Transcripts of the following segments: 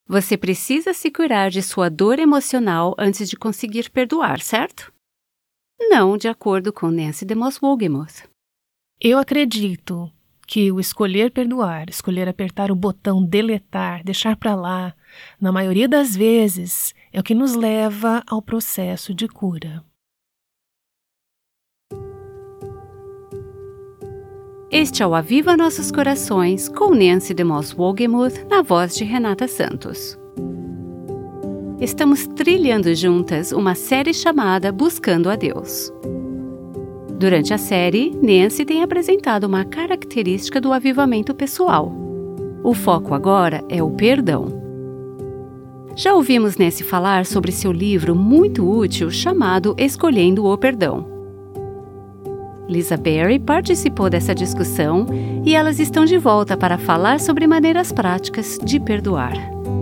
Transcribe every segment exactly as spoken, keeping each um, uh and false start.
Você precisa se curar de sua dor emocional antes de conseguir perdoar, certo? Não, de acordo com Nancy DeMoss Wolgemuth. Eu acredito que o escolher perdoar, escolher apertar o botão deletar, deixar para lá, na maioria das vezes, é o que nos leva ao processo de cura. Este é o Aviva Nossos Corações, com Nancy DeMoss Wolgemuth, na voz de Renata Santos. Estamos trilhando juntas uma série chamada Buscando a Deus. Durante a série, Nancy tem apresentado uma característica do avivamento pessoal. O foco agora é o perdão. Já ouvimos Nancy falar sobre seu livro muito útil chamado Escolhendo o Perdão. Lisa Berry participou dessa discussão e elas estão de volta para falar sobre maneiras práticas de perdoar.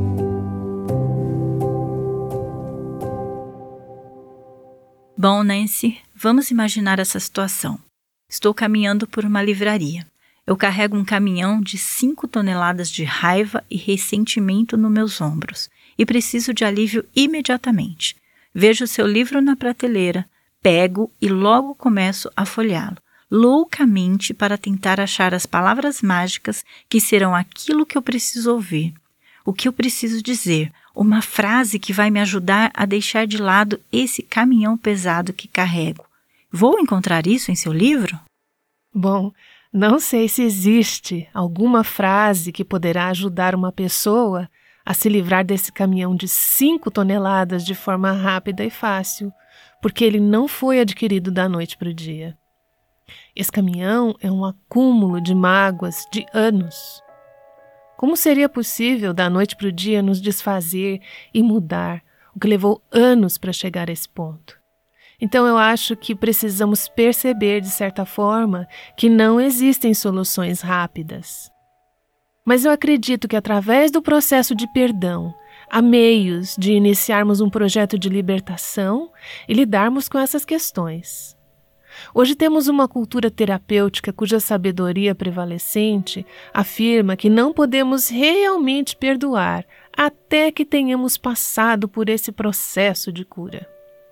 Bom, Nancy, vamos imaginar essa situação. Estou caminhando por uma livraria. Eu carrego um caminhão de cinco toneladas de raiva e ressentimento nos meus ombros e preciso de alívio imediatamente. Vejo seu livro na prateleira, pego e logo começo a folheá-lo, loucamente para tentar achar as palavras mágicas que serão aquilo que eu preciso ouvir, o que eu preciso dizer, uma frase que vai me ajudar a deixar de lado esse caminhão pesado que carrego. Vou encontrar isso em seu livro? Bom, não sei se existe alguma frase que poderá ajudar uma pessoa a se livrar desse caminhão de cinco toneladas de forma rápida e fácil, porque ele não foi adquirido da noite para o dia. Esse caminhão é um acúmulo de mágoas de anos. Como seria possível da noite para o dia nos desfazer e mudar, o que levou anos para chegar a esse ponto? Então eu acho que precisamos perceber, de certa forma, que não existem soluções rápidas. Mas eu acredito que através do processo de perdão, há meios de iniciarmos um projeto de libertação e lidarmos com essas questões. Hoje temos uma cultura terapêutica cuja sabedoria prevalecente afirma que não podemos realmente perdoar até que tenhamos passado por esse processo de cura.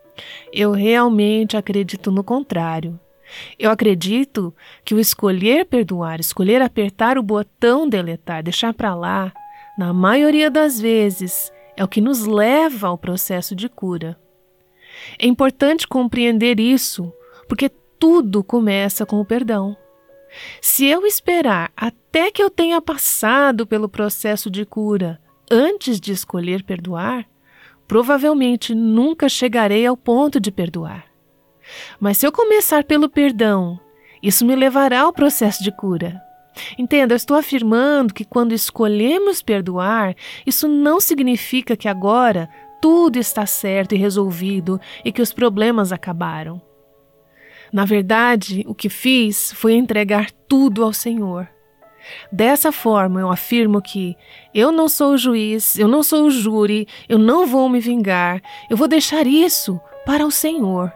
Eu realmente acredito no contrário. Eu acredito que o escolher perdoar, escolher apertar o botão deletar, deixar para lá, na maioria das vezes, é o que nos leva ao processo de cura. É importante compreender isso, porque tudo começa com o perdão. Se eu esperar até que eu tenha passado pelo processo de cura antes de escolher perdoar, provavelmente nunca chegarei ao ponto de perdoar. Mas se eu começar pelo perdão, isso me levará ao processo de cura. Entenda, eu estou afirmando que quando escolhemos perdoar, isso não significa que agora tudo está certo e resolvido e que os problemas acabaram. Na verdade, o que fiz foi entregar tudo ao Senhor. Dessa forma, eu afirmo que eu não sou o juiz, eu não sou o júri, eu não vou me vingar, eu vou deixar isso para o Senhor.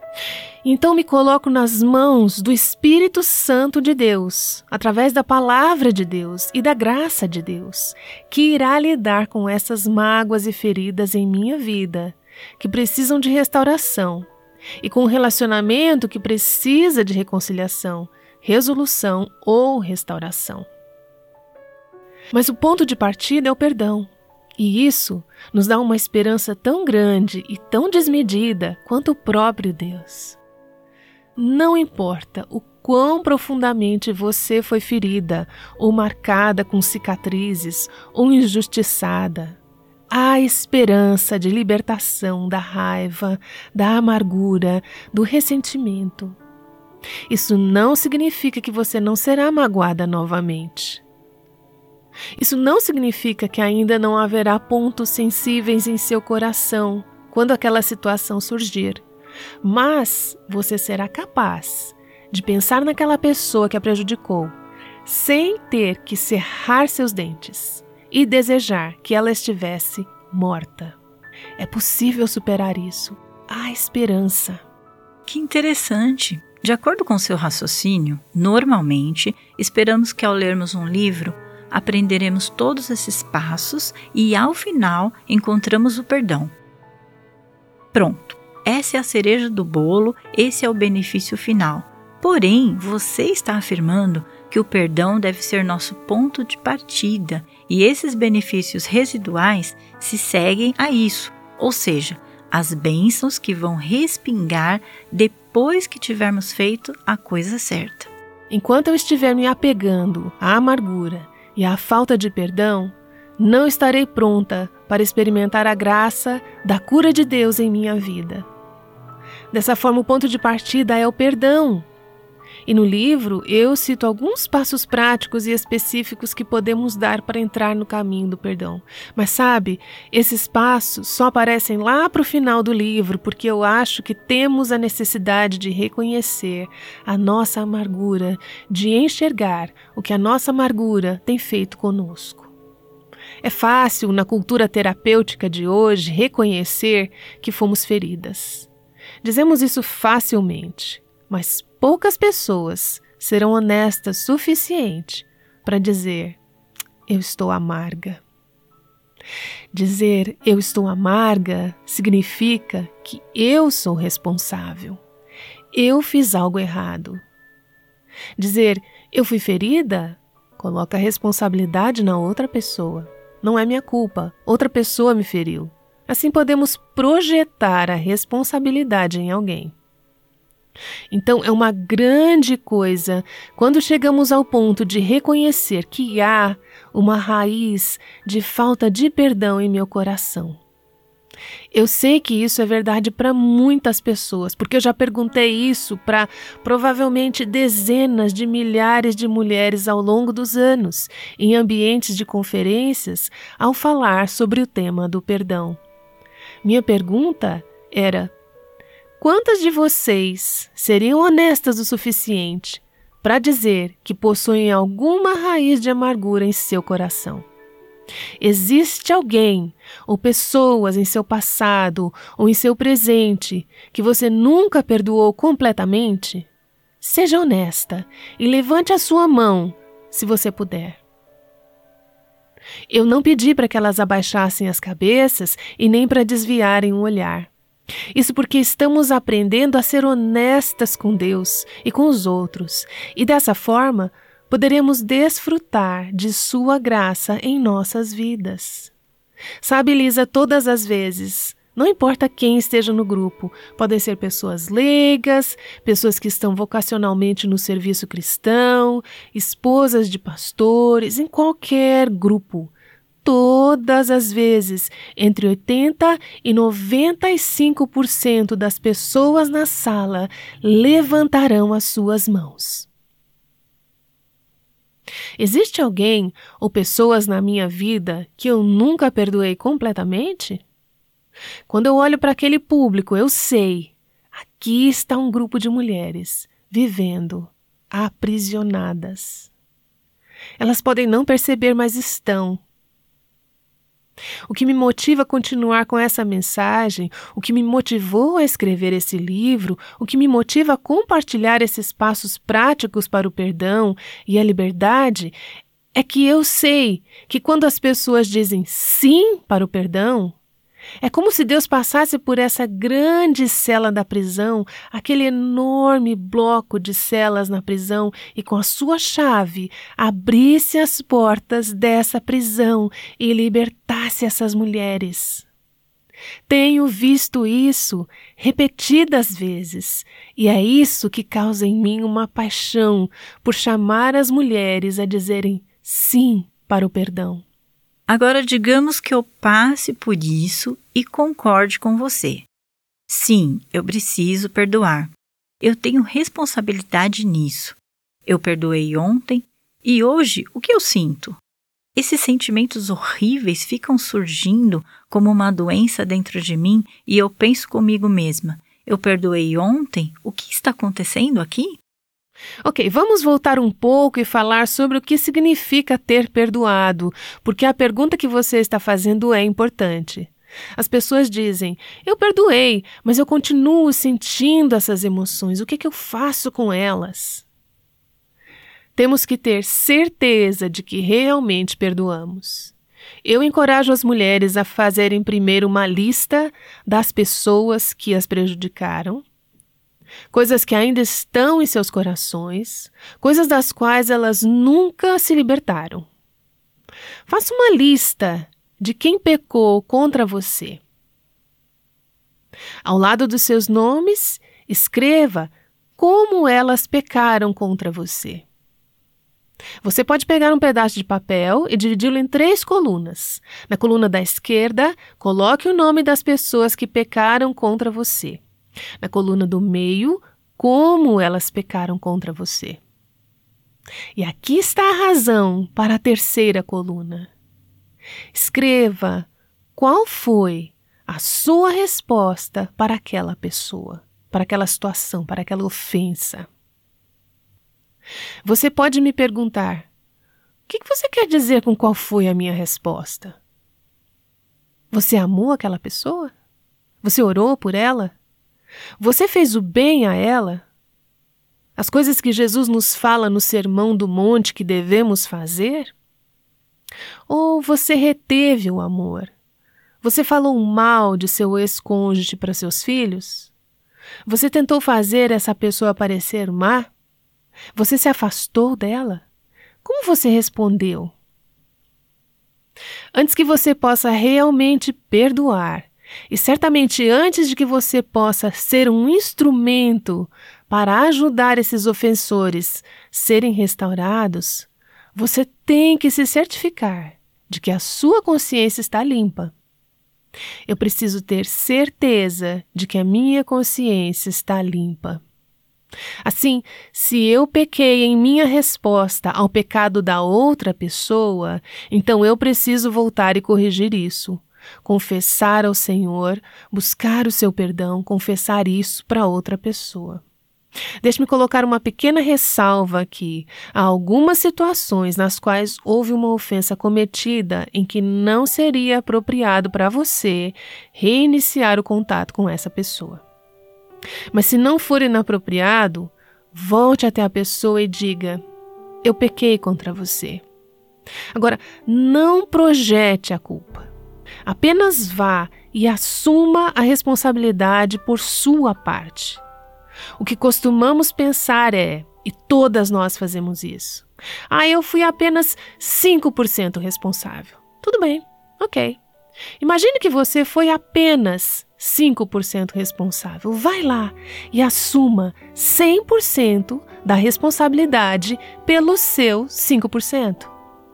Então me coloco nas mãos do Espírito Santo de Deus, através da palavra de Deus e da graça de Deus, que irá lidar com essas mágoas e feridas em minha vida, que precisam de restauração, e com um relacionamento que precisa de reconciliação, resolução ou restauração. Mas o ponto de partida é o perdão, e isso nos dá uma esperança tão grande e tão desmedida quanto o próprio Deus. Não importa o quão profundamente você foi ferida, ou marcada com cicatrizes, ou injustiçada, há esperança de libertação da raiva, da amargura, do ressentimento. Isso não significa que você não será magoada novamente. Isso não significa que ainda não haverá pontos sensíveis em seu coração quando aquela situação surgir. Mas você será capaz de pensar naquela pessoa que a prejudicou, sem ter que cerrar seus dentes e desejar que ela estivesse morta. É possível superar isso. Há esperança. Que interessante! De acordo com seu raciocínio, normalmente esperamos que ao lermos um livro aprenderemos todos esses passos e, ao final, encontramos o perdão. Pronto, essa é a cereja do bolo, esse é o benefício final. Porém, você está afirmando que o perdão deve ser nosso ponto de partida e esses benefícios residuais se seguem a isso, ou seja, as bênçãos que vão respingar depois que tivermos feito a coisa certa. Enquanto eu estiver me apegando à amargura e à falta de perdão, não estarei pronta para experimentar a graça da cura de Deus em minha vida. Dessa forma, o ponto de partida é o perdão. E no livro eu cito alguns passos práticos e específicos que podemos dar para entrar no caminho do perdão. Mas sabe, esses passos só aparecem lá para o final do livro porque eu acho que temos a necessidade de reconhecer a nossa amargura, de enxergar o que a nossa amargura tem feito conosco. É fácil, na cultura terapêutica de hoje, reconhecer que fomos feridas. Dizemos isso facilmente, mas poucas pessoas serão honestas o suficiente para dizer, eu estou amarga. Dizer eu estou amarga significa que eu sou responsável. Eu fiz algo errado. Dizer eu fui ferida coloca a responsabilidade na outra pessoa. Não é minha culpa, outra pessoa me feriu. Assim podemos projetar a responsabilidade em alguém. Então é uma grande coisa quando chegamos ao ponto de reconhecer que há uma raiz de falta de perdão em meu coração. Eu sei que isso é verdade para muitas pessoas, porque eu já perguntei isso para provavelmente dezenas de milhares de mulheres ao longo dos anos, em ambientes de conferências, ao falar sobre o tema do perdão. Minha pergunta era: quantas de vocês seriam honestas o suficiente para dizer que possuem alguma raiz de amargura em seu coração? Existe alguém ou pessoas em seu passado ou em seu presente que você nunca perdoou completamente? Seja honesta e levante a sua mão, se você puder. Eu não pedi para que elas abaixassem as cabeças e nem para desviarem o olhar. Isso porque estamos aprendendo a ser honestas com Deus e com os outros, e dessa forma poderemos desfrutar de sua graça em nossas vidas. Sabe, Lisa, todas as vezes, não importa quem esteja no grupo, podem ser pessoas leigas, pessoas que estão vocacionalmente no serviço cristão, esposas de pastores, em qualquer grupo. Todas as vezes, entre oitenta e noventa e cinco por cento das pessoas na sala levantarão as suas mãos. Existe alguém ou pessoas na minha vida que eu nunca perdoei completamente? Quando eu olho para aquele público, eu sei, aqui está um grupo de mulheres vivendo aprisionadas. Elas podem não perceber, mas estão. O que me motiva a continuar com essa mensagem, o que me motivou a escrever esse livro, o que me motiva a compartilhar esses passos práticos para o perdão e a liberdade, é que eu sei que quando as pessoas dizem sim para o perdão, é como se Deus passasse por essa grande cela da prisão, aquele enorme bloco de celas na prisão, e com a sua chave abrisse as portas dessa prisão e libertasse essas mulheres. Tenho visto isso repetidas vezes, e é isso que causa em mim uma paixão por chamar as mulheres a dizerem sim para o perdão. Agora, digamos que eu passe por isso e concorde com você. Sim, eu preciso perdoar. Eu tenho responsabilidade nisso. Eu perdoei ontem e hoje o que eu sinto? Esses sentimentos horríveis ficam surgindo como uma doença dentro de mim e eu penso comigo mesma. Eu perdoei ontem? O que está acontecendo aqui? Ok, vamos voltar um pouco e falar sobre o que significa ter perdoado, porque a pergunta que você está fazendo é importante. As pessoas dizem, eu perdoei, mas eu continuo sentindo essas emoções, o que, que eu faço com elas? temos que ter certeza de que realmente perdoamos. Eu encorajo as mulheres a fazerem primeiro uma lista das pessoas que as prejudicaram, coisas que ainda estão em seus corações, coisas das quais elas nunca se libertaram. Faça uma lista de quem pecou contra você. Ao lado dos seus nomes, escreva como elas pecaram contra você. Você pode pegar um pedaço de papel e dividi-lo em três colunas. Na coluna da esquerda, coloque o nome das pessoas que pecaram contra você. Na coluna do meio, como elas pecaram contra você. E aqui está a razão para a terceira coluna. Escreva qual foi a sua resposta para aquela pessoa, para aquela situação, para aquela ofensa. Você pode me perguntar, o que você quer dizer com qual foi a minha resposta? Você amou aquela pessoa? Você orou por ela? Você fez o bem a ela? As coisas que Jesus nos fala no Sermão do Monte que devemos fazer? Ou você reteve o amor? Você falou mal de seu ex-cônjuge para seus filhos? Você tentou fazer essa pessoa parecer má? Você se afastou dela? Como você respondeu? Antes que você possa realmente perdoar, e certamente antes de que você possa ser um instrumento para ajudar esses ofensores serem restaurados, você tem que se certificar de que a sua consciência está limpa. Eu preciso ter certeza de que a minha consciência está limpa. Assim, se eu pequei em minha resposta ao pecado da outra pessoa, então eu preciso voltar e corrigir isso. Confessar ao Senhor, buscar o seu perdão, confessar isso para outra pessoa. Deixe-me colocar uma pequena ressalva aqui. Há algumas situações nas quais houve uma ofensa cometida em que não seria apropriado para você reiniciar o contato com essa pessoa. Mas se não for inapropriado, volte até a pessoa e diga: eu pequei contra você. Agora, não projete a culpa. Apenas vá e assuma a responsabilidade por sua parte. O que costumamos pensar é, e todas nós fazemos isso, ah, eu fui apenas cinco por cento responsável. Tudo bem, ok. Imagine que você foi apenas cinco por cento responsável. Vai lá e assuma cem por cento da responsabilidade pelo seu cinco por cento.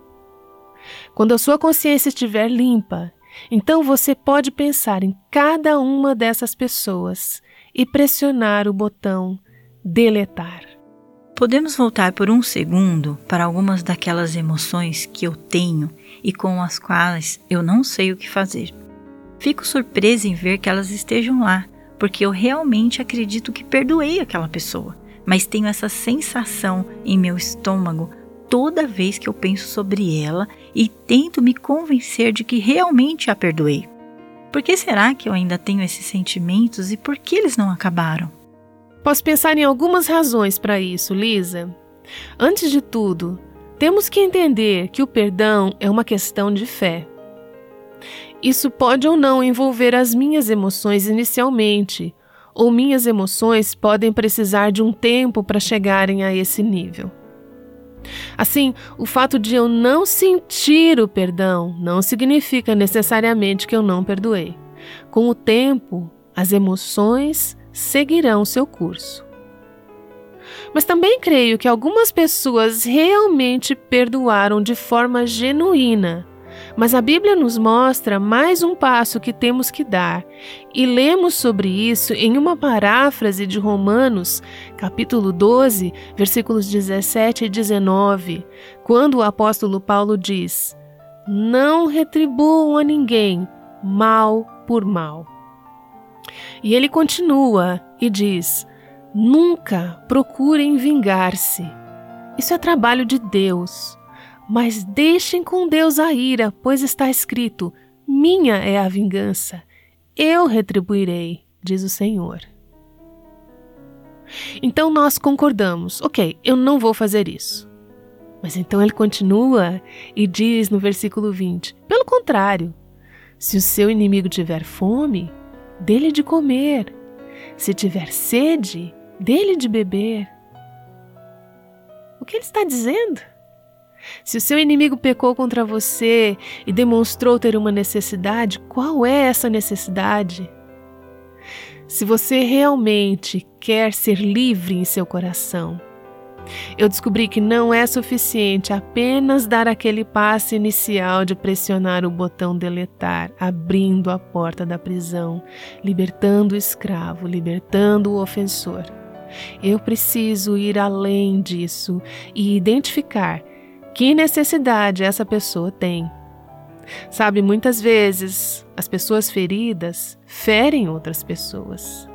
Quando a sua consciência estiver limpa, então você pode pensar em cada uma dessas pessoas e pressionar o botão deletar. Podemos voltar por um segundo para algumas daquelas emoções que eu tenho e com as quais eu não sei o que fazer. Fico surpresa em ver que elas estejam lá, porque eu realmente acredito que perdoei aquela pessoa, mas tenho essa sensação em meu estômago toda vez que eu penso sobre ela e tento me convencer de que realmente a perdoei. Por que será que eu ainda tenho esses sentimentos e por que eles não acabaram? Posso pensar em algumas razões para isso, Lisa. Antes de tudo, temos que entender que o perdão é uma questão de fé. Isso pode ou não envolver as minhas emoções inicialmente, ou minhas emoções podem precisar de um tempo para chegarem a esse nível. Assim, o fato de eu não sentir o perdão não significa necessariamente que eu não perdoei. Com o tempo, as emoções seguirão seu curso. Mas também creio que algumas pessoas realmente perdoaram de forma genuína, mas a Bíblia nos mostra mais um passo que temos que dar, e lemos sobre isso em uma paráfrase de Romanos, capítulo doze, versículos dezessete e dezenove, quando o apóstolo Paulo diz: não retribuam a ninguém mal por mal. E ele continua e diz: nunca procurem vingar-se. Isso é trabalho de Deus. Mas deixem com Deus a ira, pois está escrito: minha é a vingança, eu retribuirei, diz o Senhor. Então nós concordamos: ok, eu não vou fazer isso. Mas então ele continua e diz no versículo vinte, pelo contrário, se o seu inimigo tiver fome, dê-lhe de comer. Se tiver sede, dê-lhe de beber. O que ele está dizendo? Se o seu inimigo pecou contra você e demonstrou ter uma necessidade, qual é essa necessidade? Se você realmente quer ser livre em seu coração, eu descobri que não é suficiente apenas dar aquele passo inicial de pressionar o botão deletar, abrindo a porta da prisão, libertando o escravo, libertando o ofensor. Eu preciso ir além disso e identificar que necessidade essa pessoa tem. Sabe, muitas vezes as pessoas feridas ferem outras pessoas.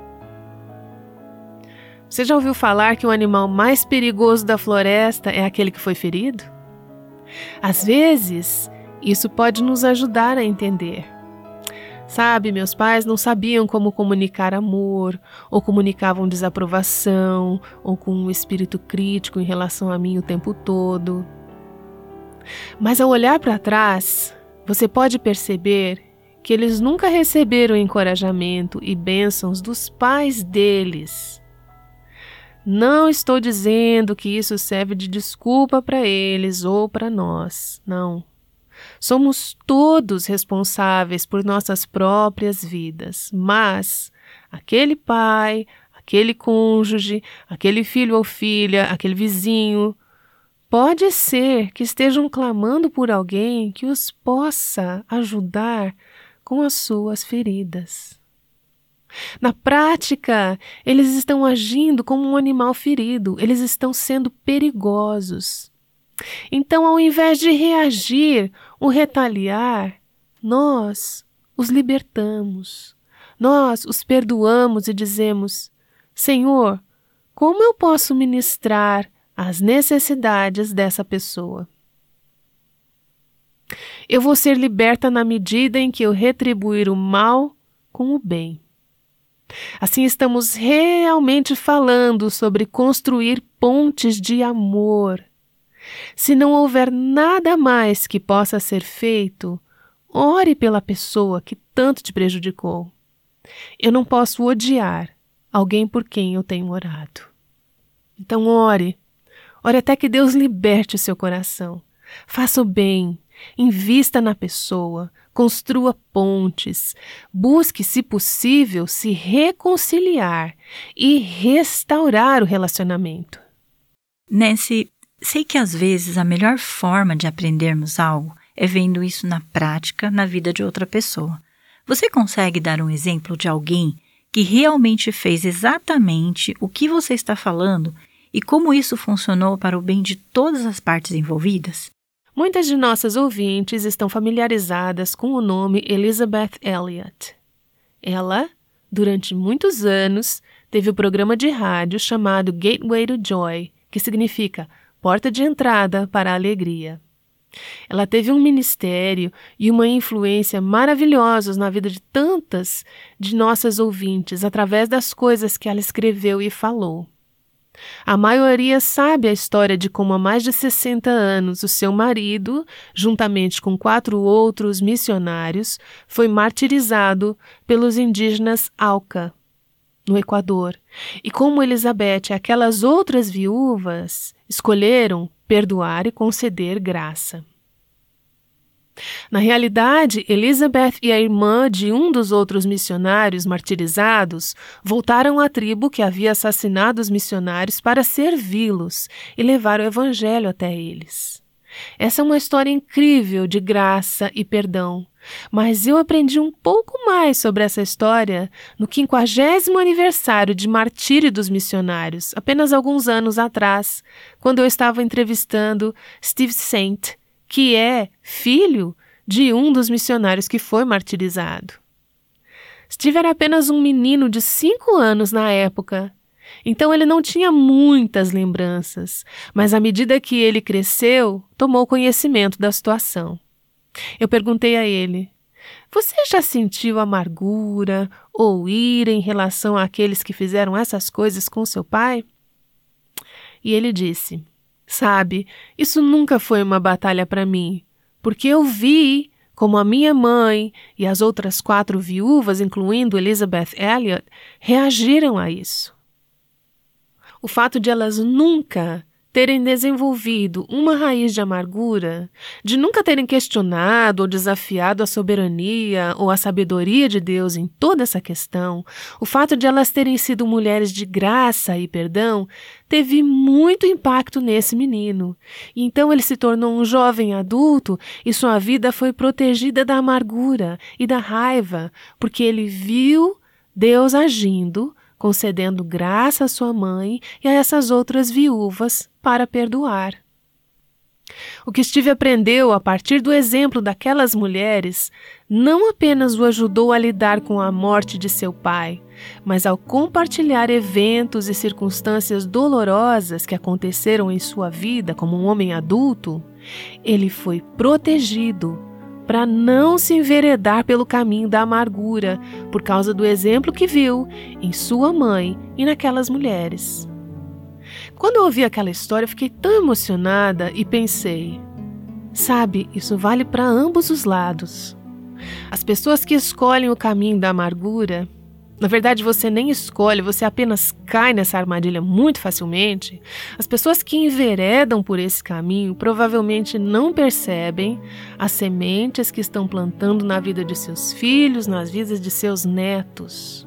Você já ouviu falar que o animal mais perigoso da floresta é aquele que foi ferido? Às vezes, isso pode nos ajudar a entender. Sabe, meus pais não sabiam como comunicar amor, ou comunicavam desaprovação, ou com um espírito crítico em relação a mim o tempo todo. Mas ao olhar para trás, você pode perceber que eles nunca receberam encorajamento e bênçãos dos pais deles. Não estou dizendo que isso serve de desculpa para eles ou para nós, não. Somos todos responsáveis por nossas próprias vidas, mas aquele pai, aquele cônjuge, aquele filho ou filha, aquele vizinho, pode ser que estejam clamando por alguém que os possa ajudar com as suas feridas. Na prática, eles estão agindo como um animal ferido, eles estão sendo perigosos. Então, ao invés de reagir ou retaliar, nós os libertamos, nós os perdoamos e dizemos: Senhor, como eu posso ministrar as necessidades dessa pessoa? Eu vou ser liberta na medida em que eu retribuir o mal com o bem. Assim estamos realmente falando sobre construir pontes de amor. Se não houver nada mais que possa ser feito, ore pela pessoa que tanto te prejudicou. Eu não posso odiar alguém por quem eu tenho orado. Então ore, ore até que Deus liberte o seu coração. Faça o bem, invista na pessoa, construa pontes, busque, se possível, se reconciliar e restaurar o relacionamento. Nancy, sei que às vezes a melhor forma de aprendermos algo é vendo isso na prática, na vida de outra pessoa. Você consegue dar um exemplo de alguém que realmente fez exatamente o que você está falando e como isso funcionou para o bem de todas as partes envolvidas? Muitas de nossas ouvintes estão familiarizadas com o nome Elisabeth Elliot. Ela, durante muitos anos, teve o um programa de rádio chamado Gateway to Joy, que significa porta de entrada para a alegria. Ela teve um ministério e uma influência maravilhosos na vida de tantas de nossas ouvintes através das coisas que ela escreveu e falou. A maioria sabe a história de como há mais de sessenta anos o seu marido, juntamente com quatro outros missionários, foi martirizado pelos indígenas Auca, no Equador, e como Elizabeth e aquelas outras viúvas escolheram perdoar e conceder graça. Na realidade, Elizabeth e a irmã de um dos outros missionários martirizados voltaram à tribo que havia assassinado os missionários para servi-los e levar o evangelho até eles. Essa é uma história incrível de graça e perdão, mas eu aprendi um pouco mais sobre essa história no quinquagésimo aniversário de martírio dos missionários, apenas alguns anos atrás, quando eu estava entrevistando Steve Saint, que é filho de um dos missionários que foi martirizado. Steve era apenas um menino de cinco anos na época, então ele não tinha muitas lembranças, mas à medida que ele cresceu, tomou conhecimento da situação. Eu perguntei a ele: você já sentiu amargura ou ira em relação àqueles que fizeram essas coisas com seu pai? E ele disse: Sabe, isso nunca foi uma batalha para mim, porque eu vi como a minha mãe e as outras quatro viúvas, incluindo Elizabeth Elliot, reagiram a isso. O fato de elas nunca terem desenvolvido uma raiz de amargura, de nunca terem questionado ou desafiado a soberania ou a sabedoria de Deus em toda essa questão, o fato de elas terem sido mulheres de graça e perdão, teve muito impacto nesse menino. E então ele se tornou um jovem adulto e sua vida foi protegida da amargura e da raiva, porque ele viu Deus agindo, concedendo graça à sua mãe e a essas outras viúvas para perdoar. O que Steve aprendeu a partir do exemplo daquelas mulheres não apenas o ajudou a lidar com a morte de seu pai, mas ao compartilhar eventos e circunstâncias dolorosas que aconteceram em sua vida como um homem adulto, ele foi protegido para não se enveredar pelo caminho da amargura, por causa do exemplo que viu em sua mãe e naquelas mulheres. Quando eu ouvi aquela história, eu fiquei tão emocionada e pensei, sabe, isso vale para ambos os lados. As pessoas que escolhem o caminho da amargura, na verdade você nem escolhe, você apenas cai nessa armadilha muito facilmente. As pessoas que enveredam por esse caminho provavelmente não percebem as sementes que estão plantando na vida de seus filhos, nas vidas de seus netos.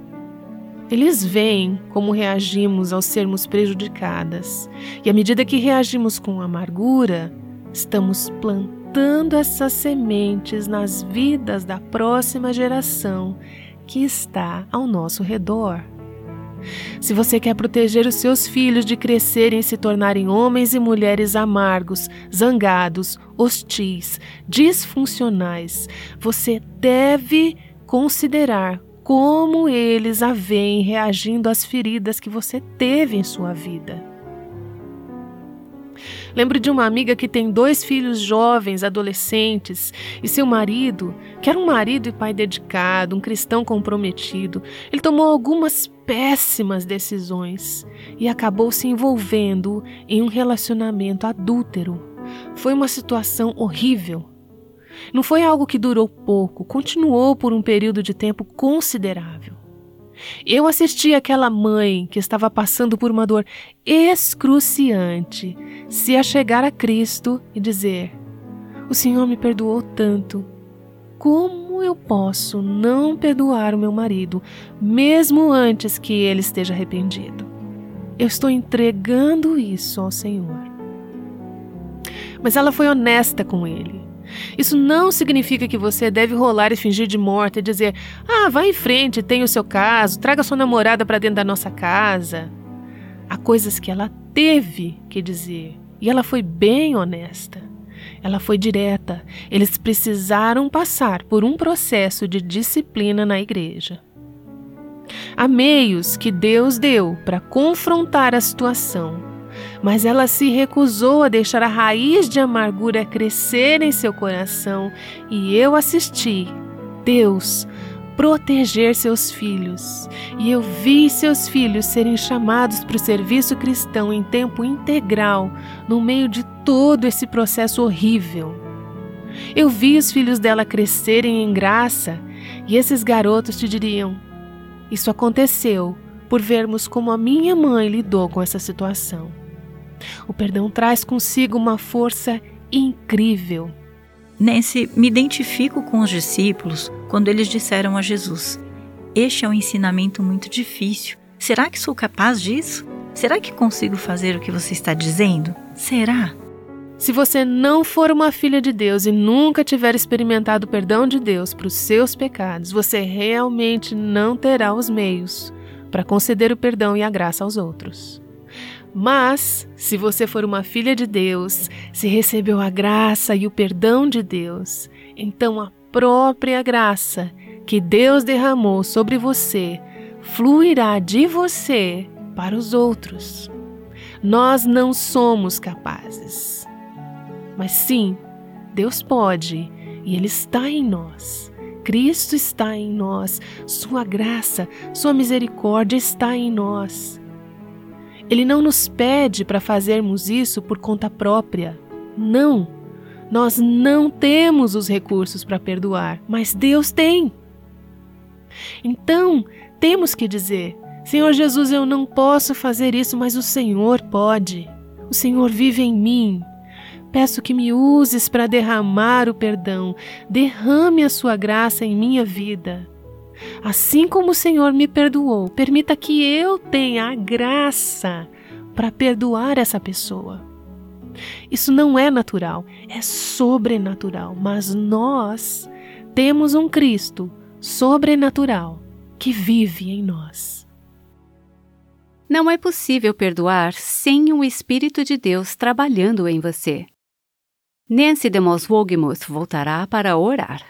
Eles veem como reagimos ao sermos prejudicadas. E à medida que reagimos com amargura, estamos plantando essas sementes nas vidas da próxima geração que está ao nosso redor. Se você quer proteger os seus filhos de crescerem e se tornarem homens e mulheres amargos, zangados, hostis, disfuncionais, você deve considerar como eles a veem reagindo às feridas que você teve em sua vida. Lembro de uma amiga que tem dois filhos jovens, adolescentes, e seu marido, que era um marido e pai dedicado, um cristão comprometido, ele tomou algumas péssimas decisões e acabou se envolvendo em um relacionamento adúltero. Foi uma situação horrível. Não foi algo que durou pouco, continuou por um período de tempo considerável. Eu assisti aquela mãe que estava passando por uma dor excruciante se achegar a Cristo e dizer: o Senhor me perdoou tanto, como eu posso não perdoar o meu marido, mesmo antes que ele esteja arrependido? Eu estou entregando isso ao Senhor. Mas ela foi honesta com ele. Isso não significa que você deve rolar e fingir de morta e dizer: ah, vá em frente, tenha o seu caso, traga sua namorada para dentro da nossa casa. Há coisas que ela teve que dizer e ela foi bem honesta. Ela foi direta. Eles precisaram passar por um processo de disciplina na igreja. Há meios que Deus deu para confrontar a situação, mas ela se recusou a deixar a raiz de amargura crescer em seu coração e eu assisti Deus proteger seus filhos. E eu vi seus filhos serem chamados para o serviço cristão em tempo integral no meio de todo esse processo horrível. Eu vi os filhos dela crescerem em graça e esses garotos te diriam: isso aconteceu por vermos como a minha mãe lidou com essa situação. O perdão traz consigo uma força incrível. Nancy, me identifico com os discípulos quando eles disseram a Jesus: este é um ensinamento muito difícil. Será que sou capaz disso? Será que consigo fazer o que você está dizendo? Será? Se você não for uma filha de Deus e nunca tiver experimentado o perdão de Deus para os seus pecados, você realmente não terá os meios para conceder o perdão e a graça aos outros. Mas, se você for uma filha de Deus, se recebeu a graça e o perdão de Deus, então a própria graça que Deus derramou sobre você fluirá de você para os outros. Nós não somos capazes, mas sim, Deus pode e Ele está em nós. Cristo está em nós, sua graça, sua misericórdia está em nós. Ele não nos pede para fazermos isso por conta própria. Não, nós não temos os recursos para perdoar, mas Deus tem. Então, temos que dizer: Senhor Jesus, eu não posso fazer isso, mas o Senhor pode. O Senhor vive em mim. Peço que me uses para derramar o perdão. Derrame a sua graça em minha vida. Assim como o Senhor me perdoou, permita que eu tenha a graça para perdoar essa pessoa. Isso não é natural, é sobrenatural, mas nós temos um Cristo sobrenatural que vive em nós. Não é possível perdoar sem o Espírito de Deus trabalhando em você. Nancy DeMoss Wolgemuth voltará para orar.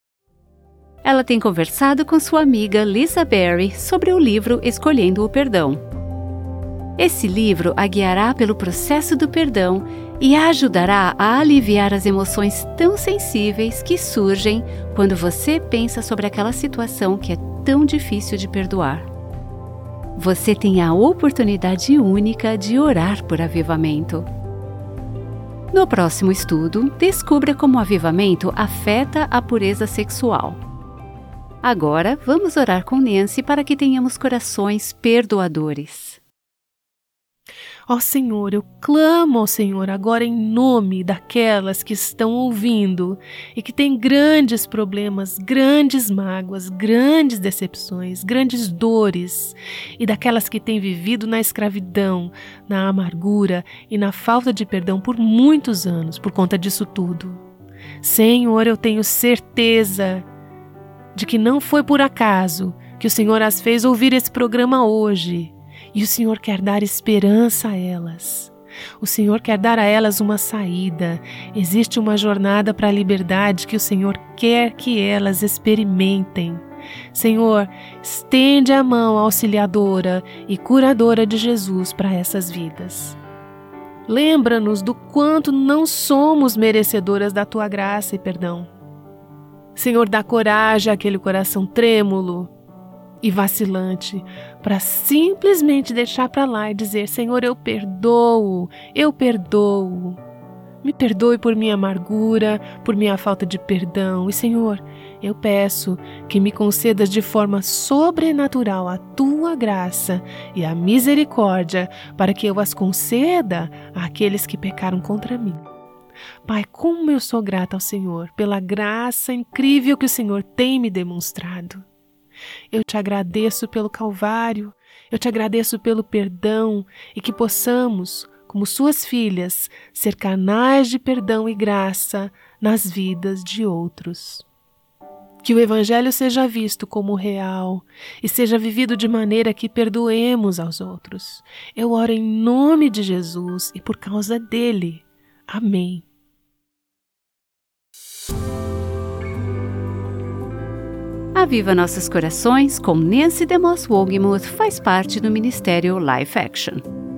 Ela tem conversado com sua amiga Lisa Berry sobre o livro Escolhendo o Perdão. Esse livro a guiará pelo processo do perdão e a ajudará a aliviar as emoções tão sensíveis que surgem quando você pensa sobre aquela situação que é tão difícil de perdoar. Você tem a oportunidade única de orar por avivamento. No próximo estudo, descubra como o avivamento afeta a pureza sexual. Agora, vamos orar com Nancy para que tenhamos corações perdoadores. Ó Senhor, eu clamo ao Senhor agora em nome daquelas que estão ouvindo e que têm grandes problemas, grandes mágoas, grandes decepções, grandes dores, e daquelas que têm vivido na escravidão, na amargura e na falta de perdão por muitos anos por conta disso tudo. Senhor, eu tenho certeza de que não foi por acaso que o Senhor as fez ouvir esse programa hoje. E o Senhor quer dar esperança a elas. O Senhor quer dar a elas uma saída. Existe uma jornada para a liberdade que o Senhor quer que elas experimentem. Senhor, estende a mão auxiliadora e curadora de Jesus para essas vidas. Lembra-nos do quanto não somos merecedoras da Tua graça e perdão. Senhor, dá coragem àquele coração trêmulo e vacilante, para simplesmente deixar para lá e dizer: Senhor, eu perdoo, eu perdoo. Me perdoe por minha amargura, por minha falta de perdão. E Senhor, eu peço que me concedas de forma sobrenatural a Tua graça e a misericórdia, para que eu as conceda àqueles que pecaram contra mim. Pai, como eu sou grata ao Senhor pela graça incrível que o Senhor tem me demonstrado. Eu te agradeço pelo Calvário, eu te agradeço pelo perdão e que possamos, como suas filhas, ser canais de perdão e graça nas vidas de outros. Que o Evangelho seja visto como real e seja vivido de maneira que perdoemos aos outros. Eu oro em nome de Jesus e por causa dele. Amém. Aviva Nossos Corações com Nancy DeMoss Wolgemuth faz parte do Ministério Life Action.